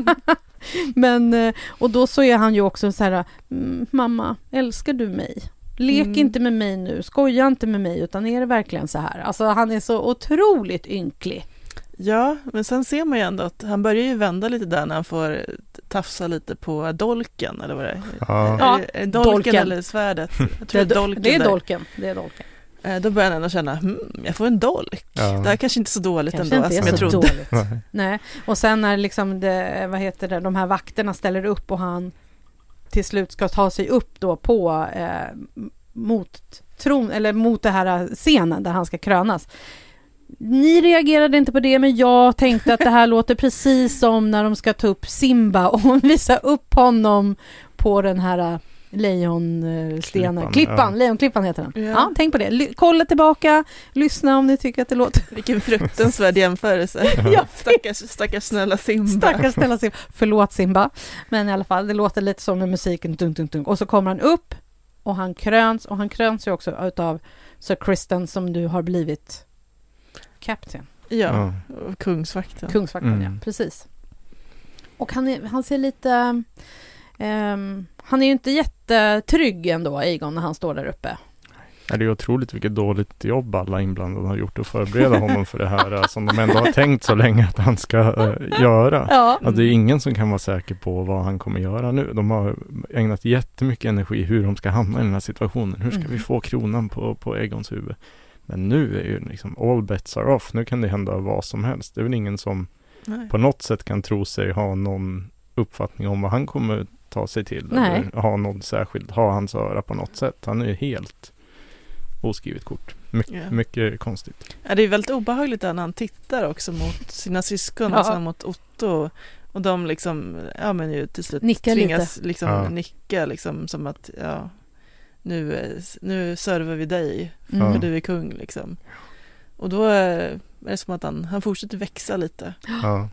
Men, och då så är han ju också så här, mamma, älskar du mig? Lek inte med mig nu, skoja inte med mig, utan är det verkligen så här? Alltså han är så otroligt ynklig.
Ja, men sen ser man ju ändå att han börjar ju vända lite där när han får tafsa lite på dolken, eller vad det är.
Ja,
dolken eller svärdet. Jag tror
det är dolken.
Då börjar han ändå känna, jag får en dolk. Ja. Det här kanske inte är så dåligt
kanske
ändå som jag trodde.
Nej. Och sen när liksom de här vakterna ställer upp och han till slut ska ta sig upp då på mot det här scenen där han ska krönas. Ni reagerade inte på det, men jag tänkte att det här låter precis som när de ska ta upp Simba och visa upp honom på den här lejonstenen. Lejonklippan heter den. Ja, tänk på det. Kolla tillbaka, lyssna om ni tycker att det låter.
Vilken fruktansvärd jämförelse.
Ja,
stackars snälla Simba.
Stackars snälla Simba. Förlåt Simba. Men i alla fall, det låter lite som med musiken. Dun, dun, dun. Och så kommer han upp och han kröns ju också utav Sir Criston som nu har blivit kapten.
Ja, kungsvakten.
Ja, precis. Och han ser lite... han är ju inte jättetrygg ändå, Aegon, när han står där uppe.
Det är otroligt vilket dåligt jobb alla inblandade har gjort att förbereda honom för det här som de ändå har tänkt så länge att han ska göra. Ja. Att det är ingen som kan vara säker på vad han kommer göra nu. De har ägnat jättemycket energi hur de ska hamna i den här situationen. Hur ska vi få kronan på Aegons huvud? Men nu är ju liksom all bets are off. Nu kan det hända vad som helst. Det är väl ingen som på något sätt kan tro sig ha någon uppfattning om vad han kommer ta sig till. Nej. Eller ha något särskilt, ha hans öra på något sätt. Han är ju helt oskrivet kort. Mycket konstigt.
Ja, det är väldigt obehagligt när han tittar också mot sina syskon, alltså mot Otto. Och de liksom, men ju till slut tvingas liksom nicka liksom som att, nu servar vi dig för du är kung liksom. Och då är det som att han fortsätter växa lite. Ja.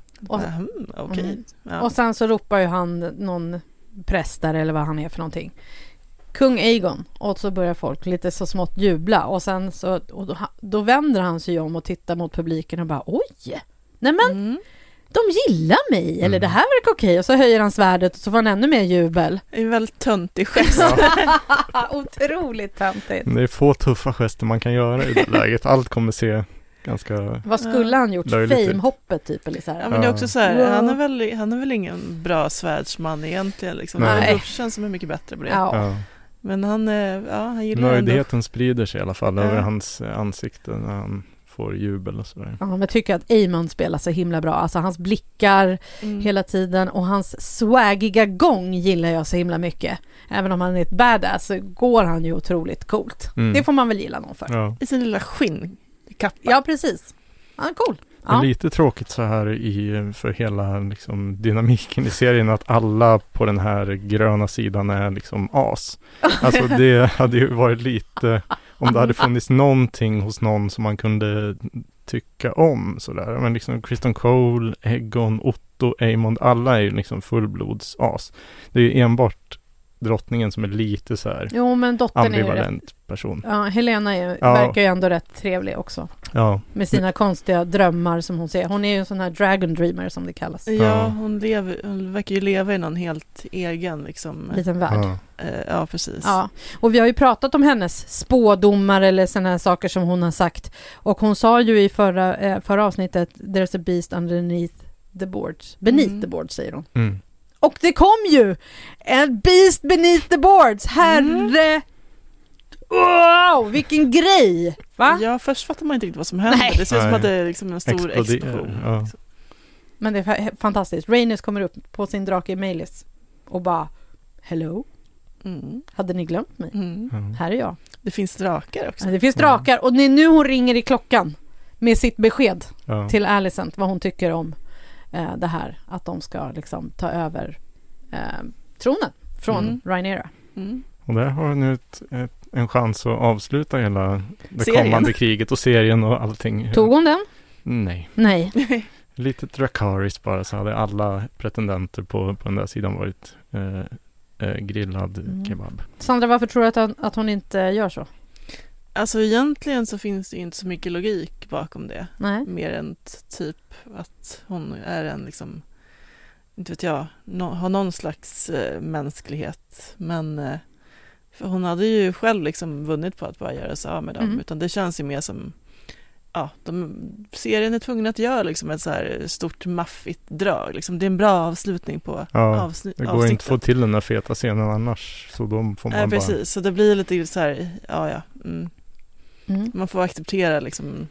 Och sen så ropar ju han någon präst där eller vad han är för någonting. Kung Aegon. Och så börjar folk lite så smått jubla. Och sen så då vänder han sig om och tittar mot publiken och bara oj! Nämen, de gillar mig. Eller det här verkar okej. Och så höjer han svärdet och så får han ännu mer jubel.
Det är en väldigt töntig gest.
Otroligt töntigt.
Det är få tuffa gester man kan göra i det läget. Allt kommer se ganska...
Vad skulle han gjort? Fame-hoppet typ eller så här.
Ja, men det är också så här, han är väl ingen bra svärdsman egentligen liksom. Det är brorsan som är mycket bättre på det. Ja. Men han gillar
nöjdheten ändå. Sprider sig i alla fall över hans ansikte när han får jubel och sådär.
Ja, men jag tycker att Aemon spelar så himla bra. Alltså hans blickar hela tiden och hans swaggiga gång gillar jag så himla mycket. Även om han är ett badass så går han ju otroligt coolt. Det får man väl gilla någon för.
Ja.
I sin lilla skinnkappa.
Ja, precis. Han är cool.
Det är lite tråkigt så här för hela liksom, dynamiken i serien att alla på den här gröna sidan är liksom as. Alltså det hade ju varit lite om det hade funnits någonting hos någon som man kunde tycka om sådär. Men liksom Criston Cole, Aegon, Otto, Aemond, alla är ju liksom fullblods as. Det är ju enbart drottningen som är lite så här ambivalent person.
Ja, Helena verkar ju ändå rätt trevlig också.
Ja.
Med sina konstiga drömmar som hon ser. Hon är ju en sån här dragon dreamer som det kallas.
Ja, hon verkar ju leva i någon helt egen liksom.
Liten värld.
Ja, precis.
Ja, och vi har ju pratat om hennes spådomar eller såna här saker som hon har sagt. Och hon sa ju i förra avsnittet There's a beast underneath the boards. Beneath the boards säger hon.
Mm.
Och det kom ju en beast beneath the boards. Herre wow, vilken grej. Va?
Ja, först fattar man inte riktigt vad som händer. Nej. Det ser ut som att det är liksom en stor explosion.
Ja.
Men det är fantastiskt. Rhaenys kommer upp på sin drake Meleys och bara hello. Hade ni glömt mig? Här är jag.
Det finns drakar också.
Ja, det finns drakar. Och nu hon ringer i klockan med sitt besked till Alicent vad hon tycker om det här. Att de ska liksom ta över tronen från Rhaenyra.
Och där har nu en chans att avsluta hela det kommande kriget och serien och allting.
Tog hon den?
Nej. Lite Dracarys bara, så hade alla pretendenter på den där sidan varit grillad kebab.
Sandra, varför tror du att hon inte gör så?
Alltså egentligen så finns det inte så mycket logik bakom det.
Nej.
Mer än typ att hon är en liksom, inte vet jag, har någon slags mänsklighet. Men för hon hade ju själv liksom vunnit på att bara göra sig av med dem. Utan det känns ju mer som, serien är tvungen att göra liksom ett så här stort maffigt drag. Liksom, det är en bra avslutning på avsnittet.
Det går inte att få till den där feta scenen annars. Så då får man
precis, så det blir lite så här, man får acceptera liksom,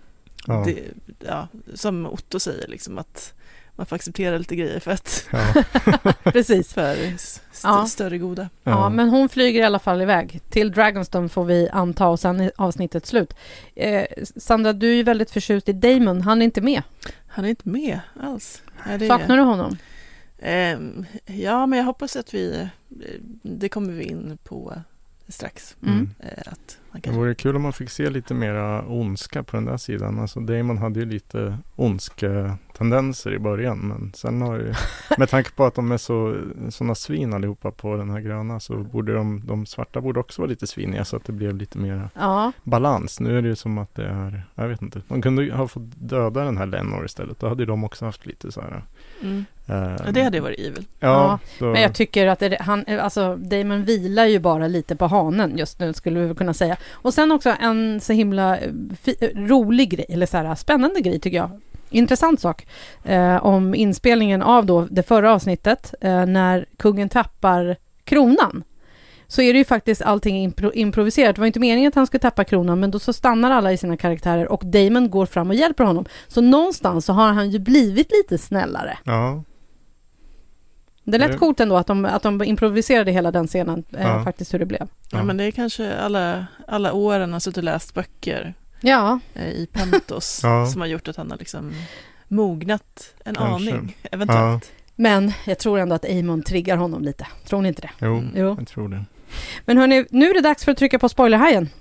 som Otto säger liksom, att man får acceptera lite grejer för att
precis.
För större goda.
Ja, men hon flyger i alla fall iväg. Till Dragonstone får vi anta, och sen är avsnittet slut. Sandra, du är ju väldigt förtjust i Daemon. Han är inte med.
Han är inte med alls.
Saknar du honom?
Ja, men jag hoppas att det kommer vi in på strax. Att
det vore kul om man fick se lite mera ondska på den där sidan. Alltså Daemon hade ju lite ondska tendenser i början, men sen har ju, med tanke på att de är såna svin allihopa på den här gröna, så borde de svarta borde också vara lite sviniga, så att det blev lite mer balans. Nu är det ju som att det är, jag vet inte, de kunde ha fått döda den här Lenor istället. Då hade de också haft lite så här.
Det hade varit evil.
Men jag tycker att Daemon vilar ju bara lite på hanen just nu, skulle vi kunna säga. Och sen också en så himla rolig grej, eller så här spännande grej tycker jag. Intressant sak om inspelningen av då det förra avsnittet, när kungen tappar kronan. Så är det ju faktiskt allting improviserat. Det var inte meningen att han skulle tappa kronan, men då så stannar alla i sina karaktärer och Daemon går fram och hjälper honom. Så någonstans så har han ju blivit lite snällare.
Ja.
Det är lätt coolt ändå att de improviserade hela den scenen, faktiskt hur det blev.
Ja, men det är kanske alla åren har suttit och läst böcker i Pentos som har gjort att han har liksom mognat en aning, eventuellt.
Ja.
Men jag tror ändå att Aemon triggar honom lite. Tror ni inte det?
Jo. Jag tror det.
Men hörni, nu är det dags för att trycka på spoilerhajen.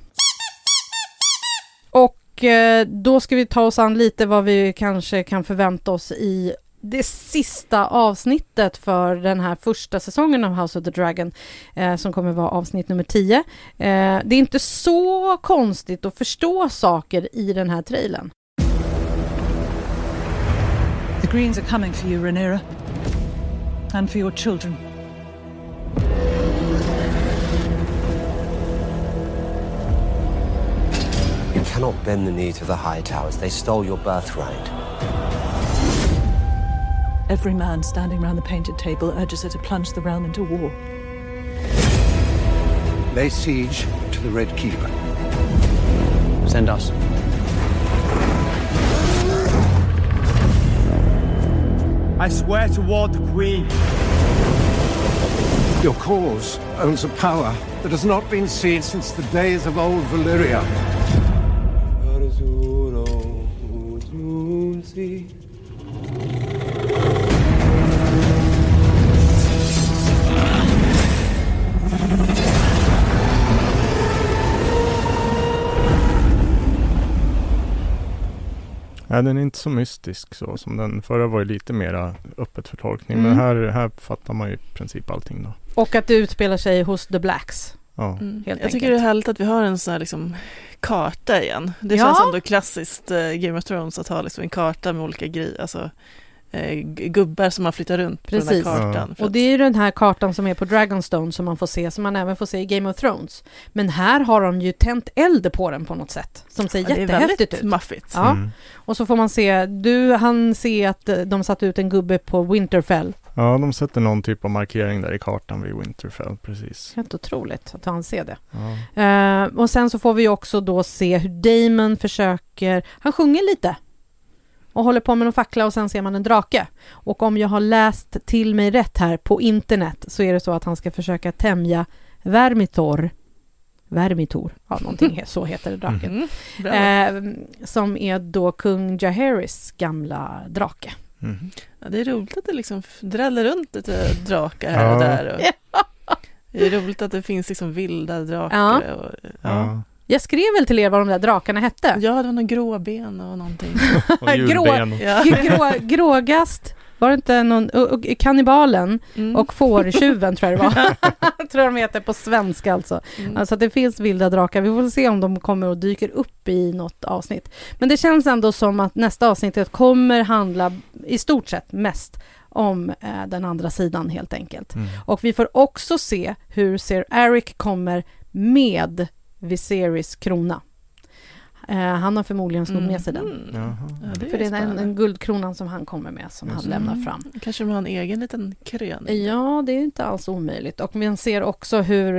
Och då ska vi ta oss an lite vad vi kanske kan förvänta oss i det sista avsnittet för den här första säsongen av House of the Dragon, som kommer vara avsnitt nummer 10. Det är inte så konstigt att förstå saker i den här trailern.
The Greens are coming for you, Rhaenyra. And for your children.
You cannot bend the knee to the High Towers. They stole your birthright.
Every man standing round the painted table urges her to plunge the realm into war.
Lay siege to the Red Keep.
Send us.
I swear to ward the Queen.
Your cause owns a power that has not been seen since the days of old Valyria.
Nej, den är inte så mystisk så som den förra var, ju lite mer öppet för tolkning. Men här fattar man ju i princip allting då.
Och att det utspelar sig hos The Blacks.
Ja.
Jag tycker det är härligt att vi har en sån här liksom karta igen. Det känns ändå klassiskt Game of Thrones att ha liksom en karta med olika grejer, alltså gubbar som man flyttar runt på den här kartan.
Och det är ju den här kartan som är på Dragonstone som man får se, som man även får se i Game of Thrones. Men här har de ju tänt eld på den på något sätt som ser jättehäftigt ut.
Maffigt.
Ja. Och så får man se, han ser att de satt ut en gubbe på Winterfell.
Ja, de sätter någon typ av markering där i kartan vid Winterfell, precis.
Helt otroligt att han ser det. Ja. Och sen så får vi också då se hur Daemon försöker, han sjunger lite och håller på med en fackla, och sen ser man en drake. Och om jag har läst till mig rätt här på internet så är det så att han ska försöka tämja Vermitor, ja, någonting så heter det draken. Som är då kung Jaehaerys gamla drake.
Ja, det är roligt att det liksom dräller runt lite drakar här och där. Och det är roligt att det finns liksom vilda drakar.
Ja. Jag skrev väl till er vad de där drakarna hette?
Ja, det var någon gråben och någonting.
Och
Grågast. Var det inte någon... kannibalen och fårtjuven tror jag det var. tror de heter på svenska alltså. Alltså att det finns vilda drakar. Vi får se om de kommer och dyker upp i något avsnitt. Men det känns ändå som att nästa avsnittet kommer handla i stort sett mest om den andra sidan helt enkelt. Och vi får också se hur Ser Eric kommer med Viserys krona. Han har förmodligen snott med sig den.
Ja,
för det är en guldkronan som han kommer med som han lämnar fram.
Kanske de har en egen liten krön.
Ja, det är inte alls omöjligt. Och man ser också hur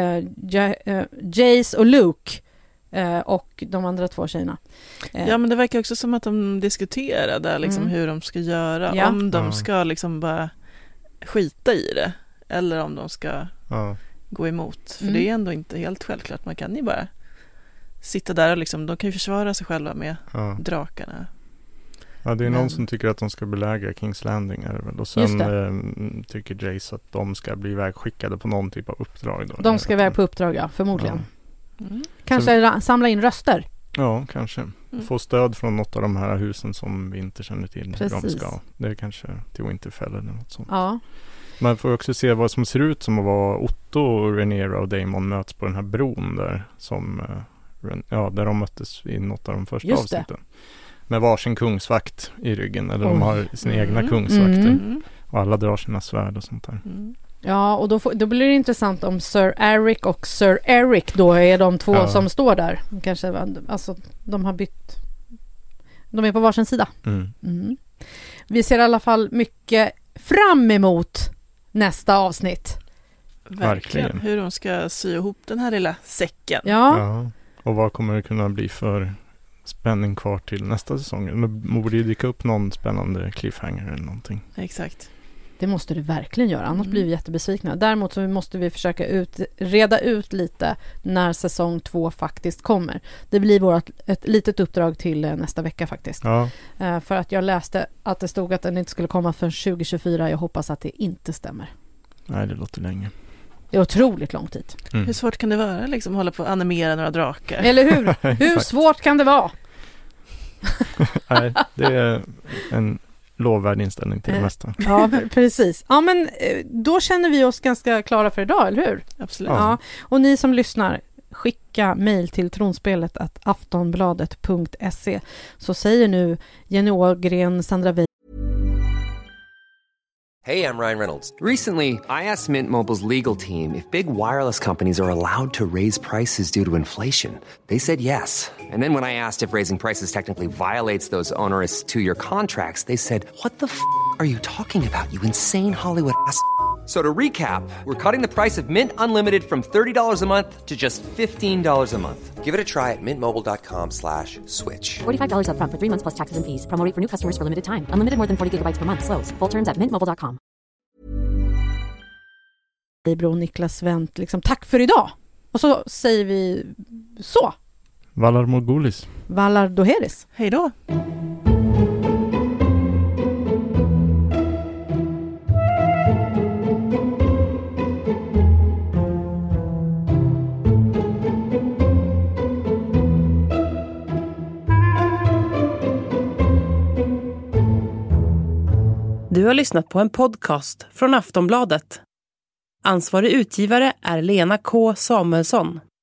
Jace och Luke och de andra 2 tjejerna.
Ja, men det verkar också som att de diskuterar där liksom hur de ska göra. Ja. Om de ska liksom bara skita i det eller om de ska gå emot. För det är ändå inte helt självklart. Man kan ju bara sitta där och liksom, de kan ju försvara sig själva med drakarna.
Ja, det är någon som tycker att de ska belägra Kings Landing och sen tycker Jace att de ska bli ivägskickade på någon typ av uppdrag. Då,
de ska iväg på uppdrag, ja, förmodligen. Kanske samla in röster.
Ja, kanske. Få stöd från något av de här husen som vi inte känner till. De ska. Det är kanske till Winterfell eller något sånt.
Ja.
Man får också se vad som ser ut som att vara Otto och Rhaenyra och Daemon möts på den här bron där som där de möttes i något av de första avsnitten. Med varsin kungsvakt i ryggen. Eller de har sina egna kungsvakter. Och alla drar sina svärd och sånt där.
Ja, och då blir det intressant om Sir Eric och Sir Eric då är de 2 som står där. Kanske, alltså, de har bytt. De är på varsin sida. Vi ser i alla fall mycket fram emot nästa avsnitt.
Verkligen. Hur de ska sy ihop den här lilla säcken.
Ja. Och vad kommer det kunna bli för spänning kvar till nästa säsong? Det borde ju dyka upp någon spännande cliffhanger eller någonting.
Exakt.
Det måste det verkligen göra, annars blir vi jättebesvikna. Däremot så måste vi försöka reda ut lite när säsong 2 faktiskt kommer. Det blir ett litet uppdrag till nästa vecka faktiskt. Ja. För att jag läste att det stod att den inte skulle komma förrän 2024. Jag hoppas att det inte stämmer.
Nej, det låter länge.
Det är otroligt lång tid.
Hur svårt kan det vara liksom hålla på att animera några drakar?
Eller hur? Hur svårt kan det vara?
Nej, det är en lovvärd inställning till det mesta.
Ja, precis. Ja, men då känner vi oss ganska klara för idag, eller hur?
Absolut.
Ja. Och ni som lyssnar, skicka mejl till tronspelet@aftonbladet.se, så säger nu Jenny Ågren, Sandra Wei.
Hey, I'm Ryan Reynolds. Recently, I asked Mint Mobile's legal team if big wireless companies are allowed to raise prices due to inflation. They said yes. And then when I asked if raising prices technically violates those onerous 2-year contracts, they said, "What the f*** are you talking about, you insane Hollywood ass?" So to recap, we're cutting the price of Mint Unlimited from $30 a month to just $15 a month. Give it a try at mintmobile.com/switch.
$45 up front for 3 months plus taxes and fees. Promo rate for new customers for limited time. Unlimited more than 40 gigabytes per month. Slows full terms at mintmobile.com.
Bro Niklas Wendt, liksom, tack för idag. Och så säger vi så.
Valar Morghulis.
Valar Dohaeris.
Hej då.
Du har lyssnat på en podcast från Aftonbladet. Ansvarig utgivare är Lena K. Samuelsson.